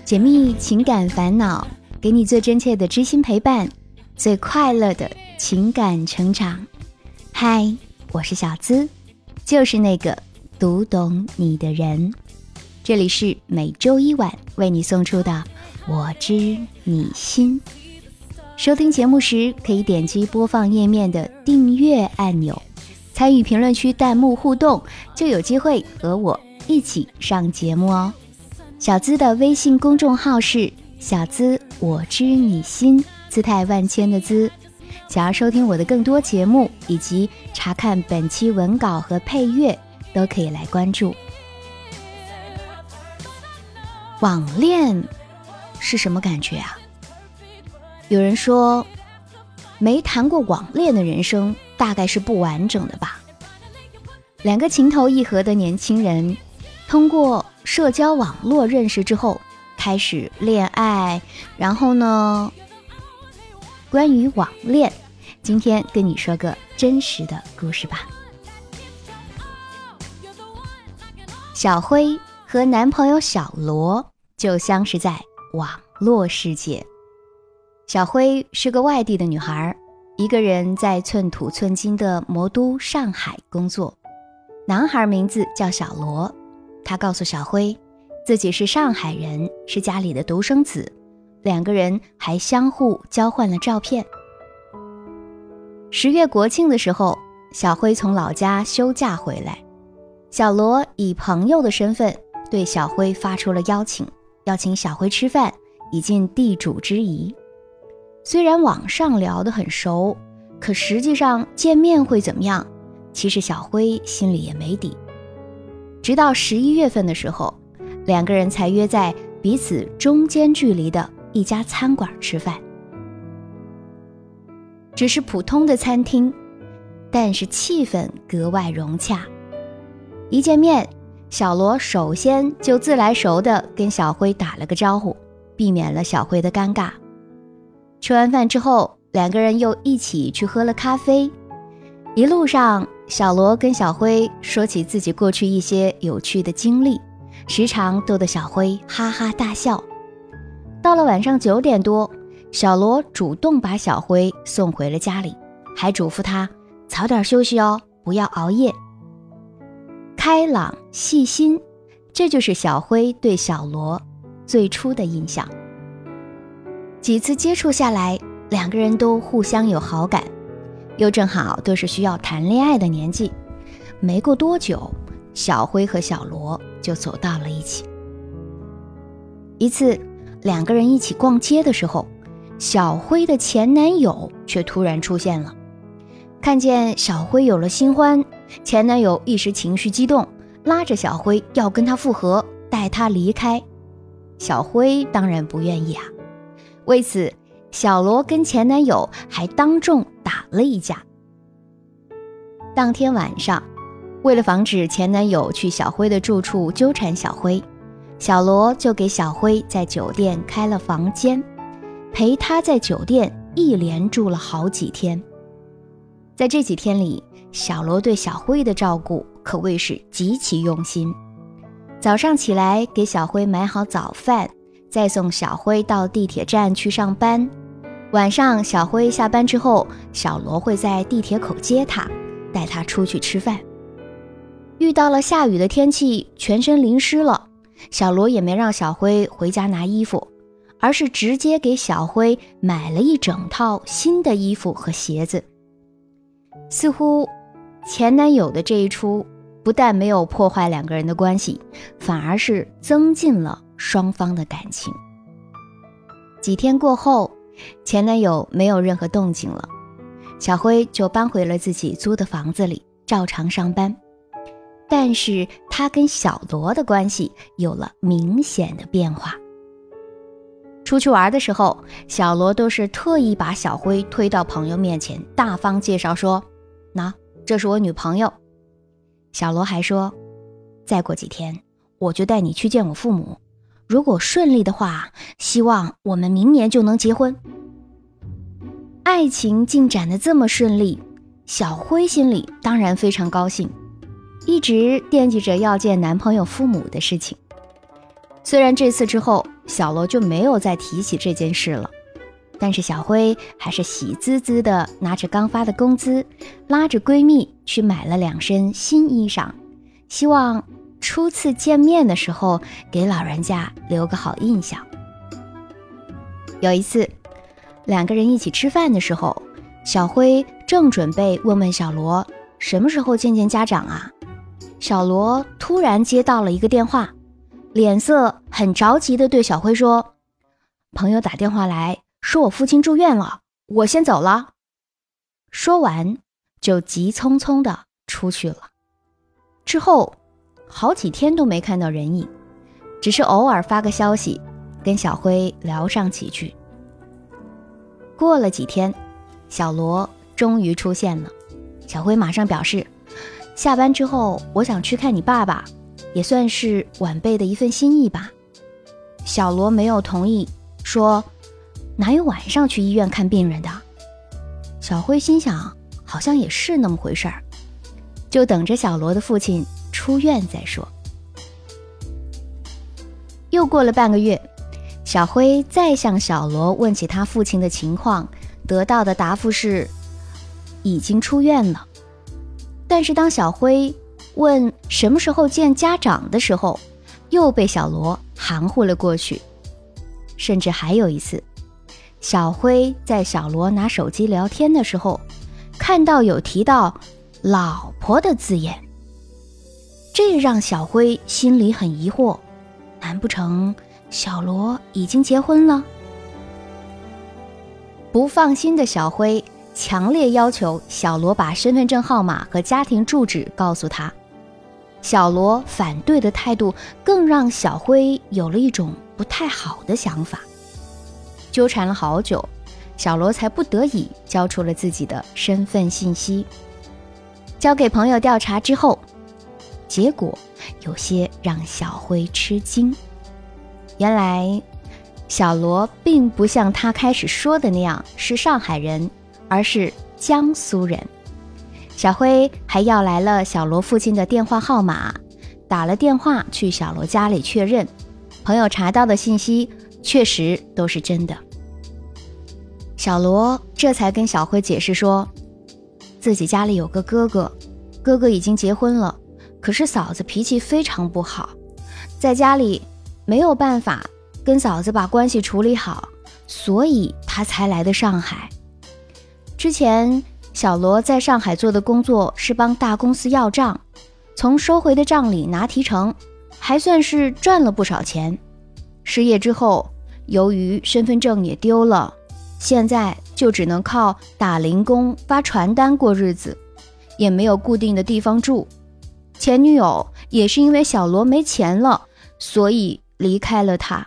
解密情感烦恼，给你最真切的知心陪伴，最快乐的情感成长。嗨，我是小资，就是那个读懂你的人。这里是每周一晚为你送出的我知你心。收听节目时可以点击播放页面的订阅按钮，参与评论区弹幕互动，就有机会和我一起上节目哦。小资的微信公众号是小资我知你心，姿态万千的资。想要收听我的更多节目以及查看本期文稿和配乐，都可以来关注。网恋是什么感觉啊？有人说，没谈过网恋的人生大概是不完整的吧。两个情投意合的年轻人通过社交网络认识之后开始恋爱，然后呢，关于网恋，今天跟你说个真实的故事吧。小辉和男朋友小罗就相识在网络世界。小辉是个外地的女孩，一个人在寸土寸金的魔都上海工作。男孩名字叫小罗，他告诉小辉自己是上海人，是家里的独生子，两个人还相互交换了照片。10月国庆的时候，小辉从老家休假回来，小罗以朋友的身份对小辉发出了邀请小辉吃饭，以尽地主之谊。虽然网上聊得很熟，可实际上见面会怎么样，其实小辉心里也没底。直到11月份的时候，两个人才约在彼此中间距离的一家餐馆吃饭。只是普通的餐厅，但是气氛格外融洽。一见面，小罗首先就自来熟地跟小辉打了个招呼，避免了小辉的尴尬。吃完饭之后，两个人又一起去喝了咖啡。一路上，小罗跟小辉说起自己过去一些有趣的经历，时常逗得小辉哈哈大笑。到了晚上9点多，小罗主动把小辉送回了家里，还嘱咐他早点休息哦，不要熬夜。开朗细心，这就是小辉对小罗最初的印象。几次接触下来，两个人都互相有好感，又正好都是需要谈恋爱的年纪。没过多久，小辉和小罗就走到了一起。一次，两个人一起逛街的时候，小辉的前男友却突然出现了。看见小辉有了新欢，前男友一时情绪激动，拉着小辉要跟他复合，带他离开。小辉当然不愿意啊。为此，小罗跟前男友还当众打了一架。当天晚上，为了防止前男友去小辉的住处纠缠小辉，小罗就给小辉在酒店开了房间，陪他在酒店一连住了好几天。在这几天里，小罗对小辉的照顾可谓是极其用心。早上起来给小辉买好早饭，再送小辉到地铁站去上班。晚上小辉下班之后，小罗会在地铁口接他，带他出去吃饭。遇到了下雨的天气，全身淋湿了，小罗也没让小辉回家拿衣服，而是直接给小辉买了一整套新的衣服和鞋子。似乎前男友的这一出不但没有破坏两个人的关系，反而是增进了双方的感情。几天过后，前男友没有任何动静了，小辉就搬回了自己租的房子里，照常上班。但是他跟小罗的关系有了明显的变化。出去玩的时候，小罗都是特意把小辉推到朋友面前，大方介绍说，这是我女朋友。小罗还说，再过几天我就带你去见我父母，如果顺利的话，希望我们明年就能结婚。爱情进展得这么顺利，小辉心里当然非常高兴，一直惦记着要见男朋友父母的事情。 虽然这次之后小罗就没有再提起这件事了，但是小辉还是喜滋滋地拿着刚发的工资，拉着闺蜜去买了2身新衣裳，希望初次见面的时候给老人家留个好印象。有一次2个人一起吃饭的时候，小辉正准备问问小罗什么时候见家长啊，小罗突然接到了一个电话，脸色很着急地对小辉说，朋友打电话来说我父亲住院了，我先走了。说完就急匆匆地出去了。之后好几天都没看到人影，只是偶尔发个消息跟小辉聊上几句。过了几天，小罗终于出现了，小辉马上表示，下班之后我想去看你爸爸，也算是晚辈的一份心意吧。小罗没有同意，说哪有晚上去医院看病人的。小辉心想好像也是那么回事儿，就等着小罗的父亲出院再说。又过了半个月，小辉再向小罗问起他父亲的情况，得到的答复是已经出院了。但是当小辉问什么时候见家长的时候，又被小罗含糊了过去。甚至还有一次，小辉在小罗拿手机聊天的时候，看到有提到老婆的字眼，这让小辉心里很疑惑，难不成小罗已经结婚了？不放心的小辉强烈要求小罗把身份证号码和家庭住址告诉他。小罗反对的态度更让小辉有了一种不太好的想法。纠缠了好久，小罗才不得已交出了自己的身份信息。交给朋友调查之后，结果有些让小辉吃惊。原来小罗并不像他开始说的那样是上海人，而是江苏人。小辉还要来了小罗父亲的电话号码，打了电话去小罗家里确认，朋友查到的信息确实都是真的。小罗这才跟小辉解释说，自己家里有个哥哥，哥哥已经结婚了，可是嫂子脾气非常不好，在家里没有办法跟嫂子把关系处理好，所以他才来的上海。之前小罗在上海做的工作是帮大公司要账，从收回的账里拿提成，还算是赚了不少钱。失业之后，由于身份证也丢了，现在就只能靠打零工发传单过日子，也没有固定的地方住。前女友也是因为小罗没钱了，所以离开了他。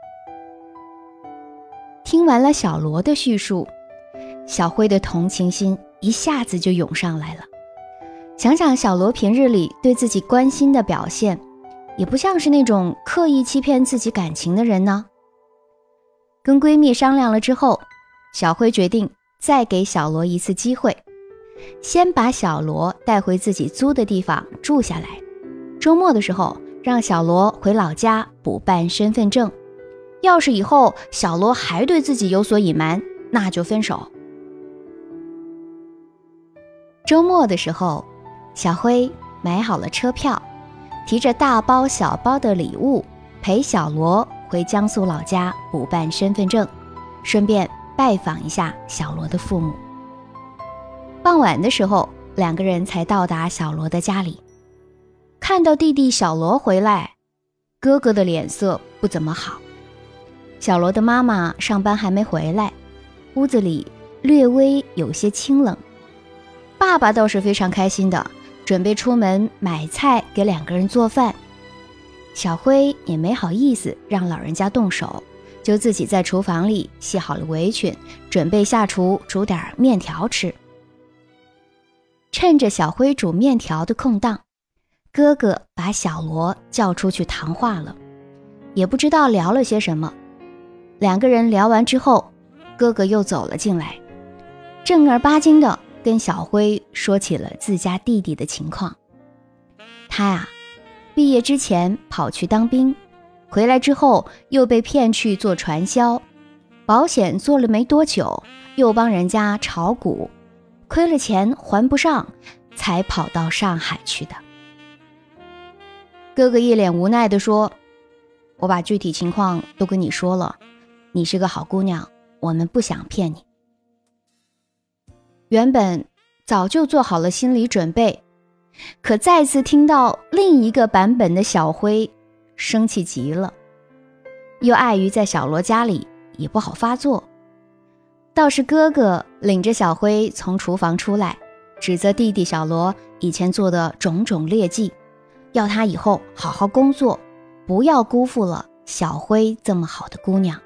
听完了小罗的叙述，小辉的同情心一下子就涌上来了。想想小罗平日里对自己关心的表现，也不像是那种刻意欺骗自己感情的人呢。跟闺蜜商量了之后，小辉决定再给小罗一次机会，先把小罗带回自己租的地方住下来，周末的时候让小罗回老家补办身份证，要是以后小罗还对自己有所隐瞒，那就分手。周末的时候，小辉买好了车票，提着大包小包的礼物，陪小罗回江苏老家补办身份证，顺便拜访一下小罗的父母。傍晚的时候，2个人才到达小罗的家里。看到弟弟小罗回来，哥哥的脸色不怎么好。小罗的妈妈上班还没回来，屋子里略微有些清冷。爸爸倒是非常开心的，准备出门买菜给2个人做饭。小辉也没好意思让老人家动手，就自己在厨房里系好了围裙，准备下厨煮点面条吃。趁着小辉煮面条的空档，哥哥把小罗叫出去谈话了，也不知道聊了些什么。2个人聊完之后，哥哥又走了进来，正儿八经的跟小辉说起了自家弟弟的情况。他呀，毕业之前跑去当兵， 回来之后又被骗去做传销，保险做了没多久，又帮人家炒股，亏了钱还不上，才跑到上海去的。哥哥一脸无奈地说，我把具体情况都跟你说了，你是个好姑娘，我们不想骗你。原本早就做好了心理准备，可再次听到另一个版本的小辉，生气极了，又碍于在小罗家里也不好发作，倒是哥哥领着小辉从厨房出来，指责弟弟小罗以前做的种种劣迹，要他以后好好工作，不要辜负了小辉这么好的姑娘。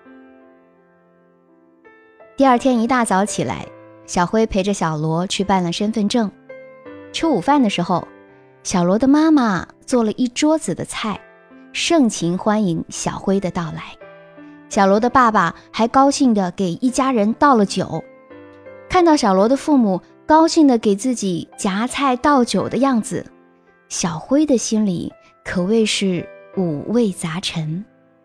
第二天一大早起来，小辉陪着小罗去办了身份证。吃午饭的时候，小罗的妈妈做了一桌子的菜，盛情欢迎小辉的到来。小罗的爸爸还高兴地给一家人倒了酒。看到小罗的父母高兴地给自己夹菜倒酒的样子，小辉的心里可谓是五味杂陈。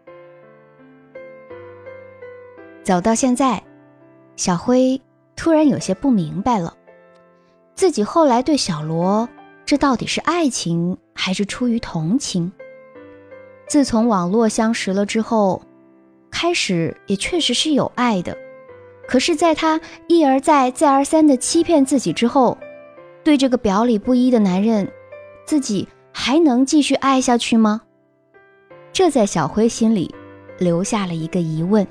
走到现在，小辉突然有些不明白了，自己后来对小罗，这到底是爱情还是出于同情？自从网络相识了之后，开始也确实是有爱的，可是在他一而再再而三地欺骗自己之后，对这个表里不一的男人，自己还能继续爱下去吗？这在小辉心里留下了一个疑问。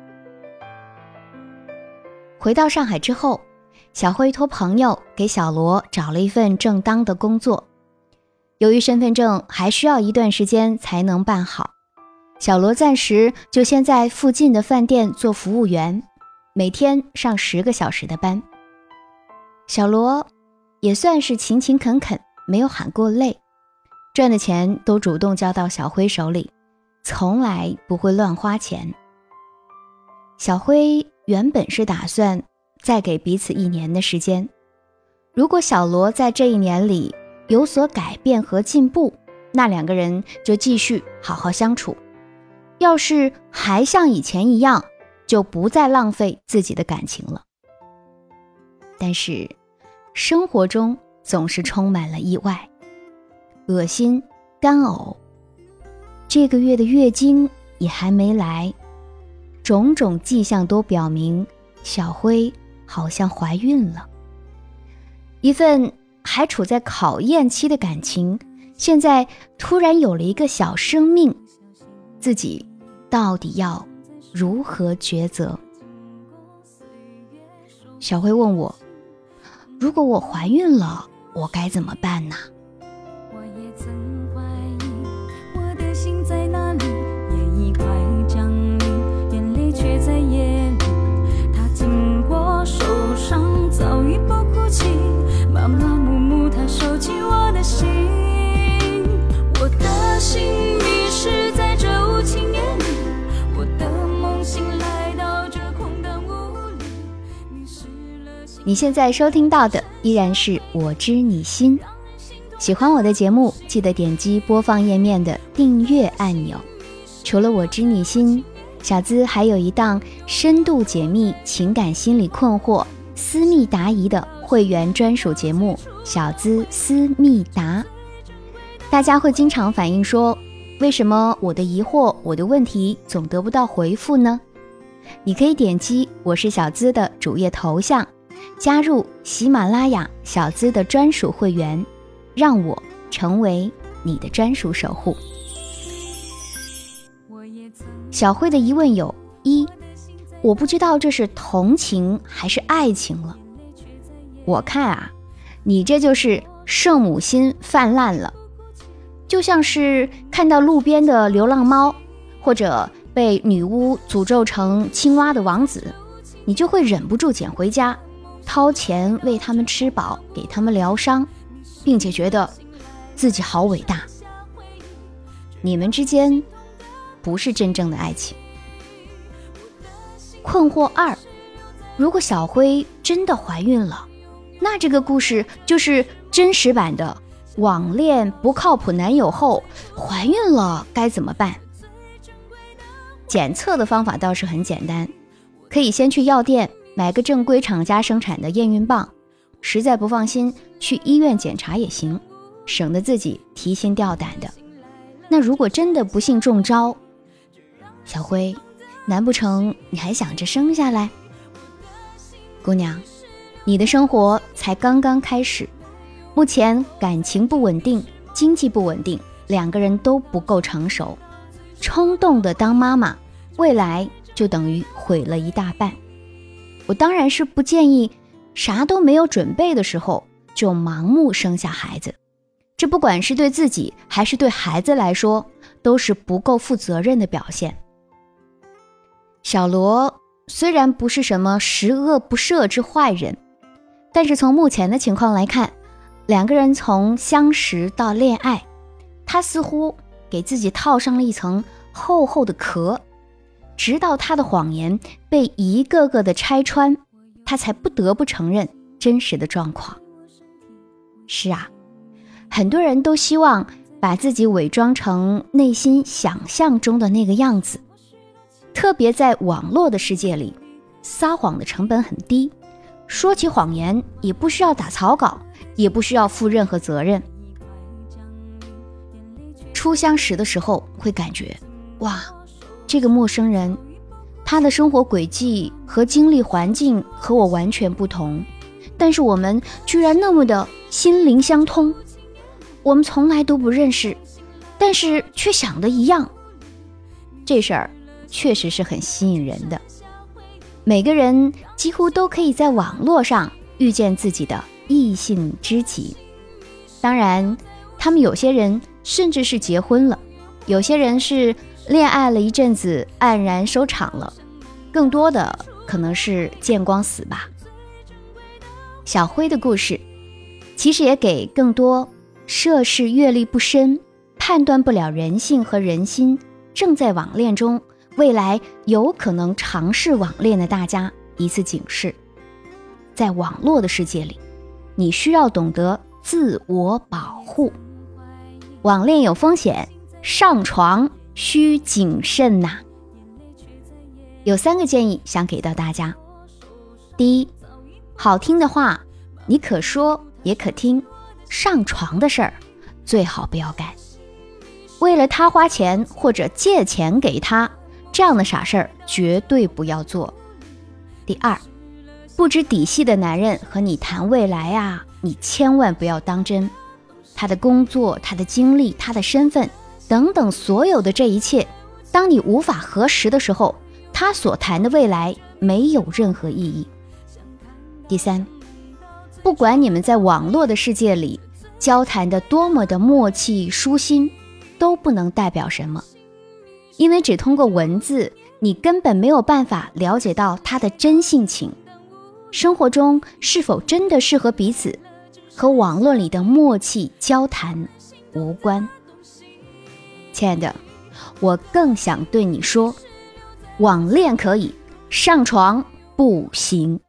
回到上海之后，小辉托朋友给小罗找了一份正当的工作。由于身份证还需要一段时间才能办好，小罗暂时就先在附近的饭店做服务员，每天上10个小时的班。小罗也算是勤勤恳恳，没有喊过累，赚的钱都主动交到小辉手里，从来不会乱花钱。小辉原本是打算再给彼此1年的时间，如果小罗在这1年里有所改变和进步，那2个人就继续好好相处。要是还像以前一样，就不再浪费自己的感情了。但是生活中总是充满了意外，恶心、干呕，这个月的月经也还没来，种种迹象都表明小辉好像怀孕了。一份还处在考验期的感情，现在突然有了一个小生命，自己到底要如何抉择？小辉问我，如果我怀孕了，我该怎么办呢？ 我也曾怀疑我的心在哪里，夜已快降临，眼泪却在夜里，它紧握手上早已不哭泣，麻麻木木它收起我的心，我的心迷失在这无情夜里，我的梦醒来到这空荡无力，迷失了心。 你现在收听到的依然是我知你心。喜欢我的节目，记得点击播放页面的订阅按钮。除了我知你心，小资还有一档深度解密情感心理困惑、私密答疑的会员专属节目小资私密答。大家会经常反映说，为什么我的疑惑、我的问题总得不到回复呢？你可以点击我是小资的主页头像，加入喜马拉雅小资的专属会员，让我成为你的专属守护。小辉的疑问有：一，我不知道这是同情还是爱情了。我看啊，你这就是圣母心泛滥了，就像是看到路边的流浪猫，或者被女巫诅咒成青蛙的王子，你就会忍不住捡回家，掏钱喂他们吃饱，给他们疗伤，并且觉得自己好伟大。你们之间不是真正的爱情。困惑2，如果小辉真的怀孕了，那这个故事就是真实版的网恋不靠谱男友后怀孕了该怎么办？ 检测的方法倒是很简单，可以先去药店买个正规厂家生产的验孕棒，实在不放心去医院检查也行，省得自己提心吊胆的。那如果真的不幸中招，小辉，难不成你还想着生下来？姑娘，你的生活才刚刚开始，目前感情不稳定，经济不稳定，两个人都不够成熟，冲动的当妈妈，未来就等于毁了一大半。我当然是不建议啥都没有准备的时候就盲目生下孩子，这不管是对自己还是对孩子来说，都是不够负责任的表现。小罗虽然不是什么十恶不赦之坏人，但是从目前的情况来看，两个人从相识到恋爱，他似乎给自己套上了一层厚厚的壳，直到他的谎言被一个个的拆穿，他才不得不承认真实的状况。是啊，很多人都希望把自己伪装成内心想象中的那个样子，特别在网络的世界里，撒谎的成本很低，说起谎言也不需要打草稿，也不需要负任何责任。初相识的时候会感觉，哇，这个陌生人，他的生活轨迹和经历环境和我完全不同，但是我们居然那么的心灵相通。我们从来都不认识，但是却想的一样。这事儿确实是很吸引人的。每个人几乎都可以在网络上遇见自己的异性知己。当然，他们有些人甚至是结婚了，有些人是恋爱了一阵子黯然收场了，更多的可能是见光死吧。小辉的故事其实也给更多涉世阅历不深，判断不了人性和人心，正在网恋中，未来有可能尝试网恋的大家一次警示。在网络的世界里，你需要懂得自我保护。网恋有风险，上床需谨慎呐。有3个建议想给到大家。第一，好听的话你可说也可听，上床的事儿最好不要干。为了他花钱或者借钱给他，这样的傻事儿绝对不要做。第二，不知底细的男人和你谈未来啊，你千万不要当真。他的工作，他的经历，他的身份等等，所有的这一切，当你无法核实的时候，他所谈的未来没有任何意义。第三，不管你们在网络的世界里交谈的多么的默契舒心，都不能代表什么，因为只通过文字，你根本没有办法了解到他的真性情。生活中是否真的适合彼此，和网络里的默契交谈无关。亲爱的，我更想对你说，网恋可以，上床不行。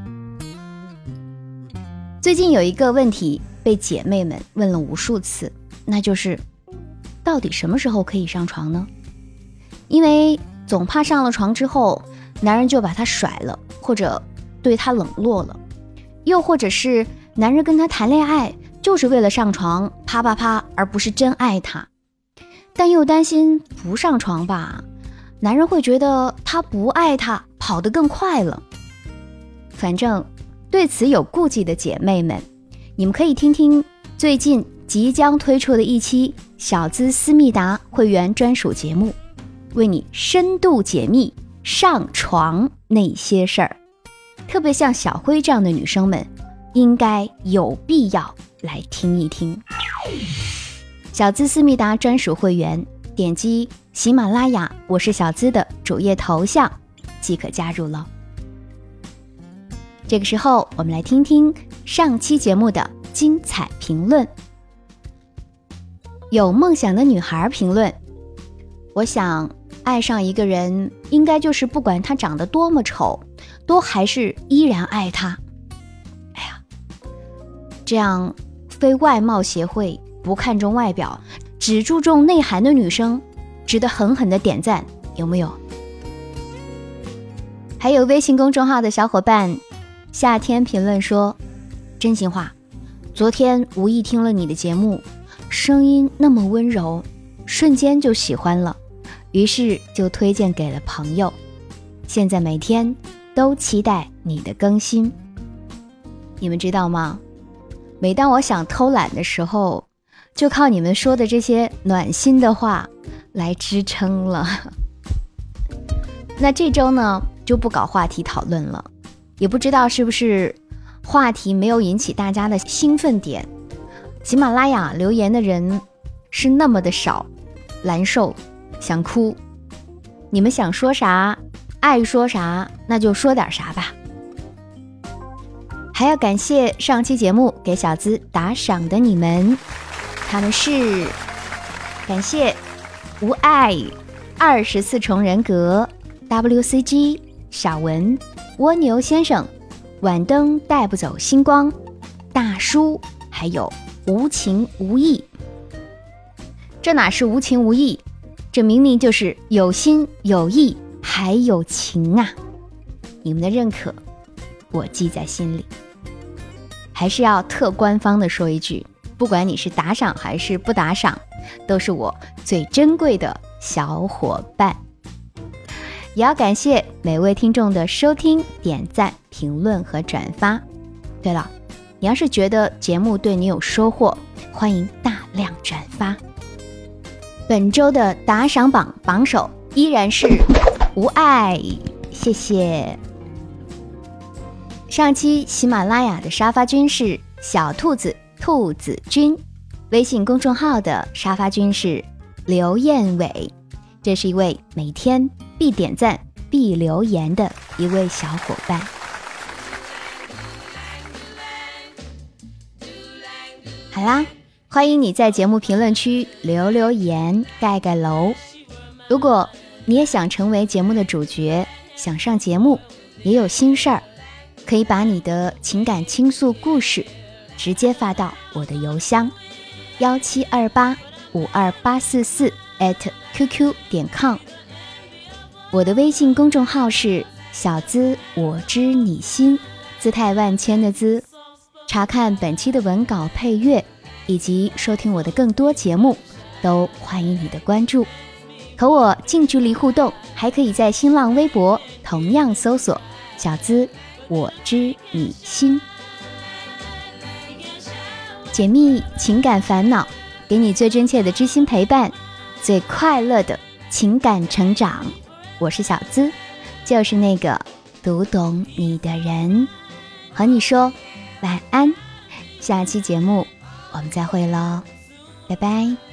最近有一个问题被姐妹们问了无数次，那就是到底什么时候可以上床呢？因为总怕上了床之后，男人就把她甩了，或者对她冷落了，又或者是男人跟她谈恋爱就是为了上床啪啪啪，而不是真爱她。但又担心不上床吧，男人会觉得她不爱他，跑得更快了。反正对此有顾忌的姐妹们，你们可以听听最近即将推出的一期小资思密达会员专属节目，为你深度解密上床那些事儿。特别像小辉这样的女生们，应该有必要来听一听。小资思密达专属会员，点击喜马拉雅我是小资的主页头像即可加入了。这个时候我们来听听上期节目的精彩评论。有梦想的女孩评论，我想爱上一个人应该就是不管他长得多么丑，都还是依然爱他。哎呀，这样非外貌协会，不看重外表，只注重内涵的女生值得狠狠的点赞，有没有？ 还有微信公众号的小伙伴夏天评论说，真心话，昨天无意听了你的节目，声音那么温柔，瞬间就喜欢了，于是就推荐给了朋友，现在每天都期待你的更新。你们知道吗？每当我想偷懒的时候，就靠你们说的这些暖心的话来支撑了。那这周呢，就不搞话题讨论了，也不知道是不是话题没有引起大家的兴奋点，喜马拉雅留言的人是那么的少，难受，想哭。你们想说啥，爱说啥，那就说点啥吧。还要感谢上期节目给小资打赏的你们，他们是感谢无爱、24重人格、WCG、小文、蜗牛先生、晚灯带不走星光、大叔，还有无情无义。这哪是无情无义，这明明就是有心有意还有情啊！你们的认可我记在心里。还是要特官方的说一句，不管你是打赏还是不打赏，都是我最珍贵的小伙伴。也要感谢每位听众的收听、点赞、评论和转发。对了，你要是觉得节目对你有收获，欢迎大量转发。本周的打赏榜榜首依然是无爱，谢谢。上期喜马拉雅的沙发君是小兔子兔子君，微信公众号的沙发君是刘彦伟，这是一位每天必点赞必留言的一位小伙伴。好啦，欢迎你在节目评论区留言盖盖楼。如果你也想成为节目的主角，想上节目，也有心事儿，可以把你的情感倾诉故事直接发到我的邮箱1728-52844@qq.com。我的微信公众号是小资我知你心，姿态万千的资。查看本期的文稿配乐以及收听我的更多节目，都欢迎你的关注。和我近距离互动，还可以在新浪微博同样搜索小资我知你心，解密情感烦恼，给你最真切的知心陪伴，最快乐的情感成长。我是小资，就是那个读懂你的人。和你说晚安，下期节目我们再会咯，拜拜。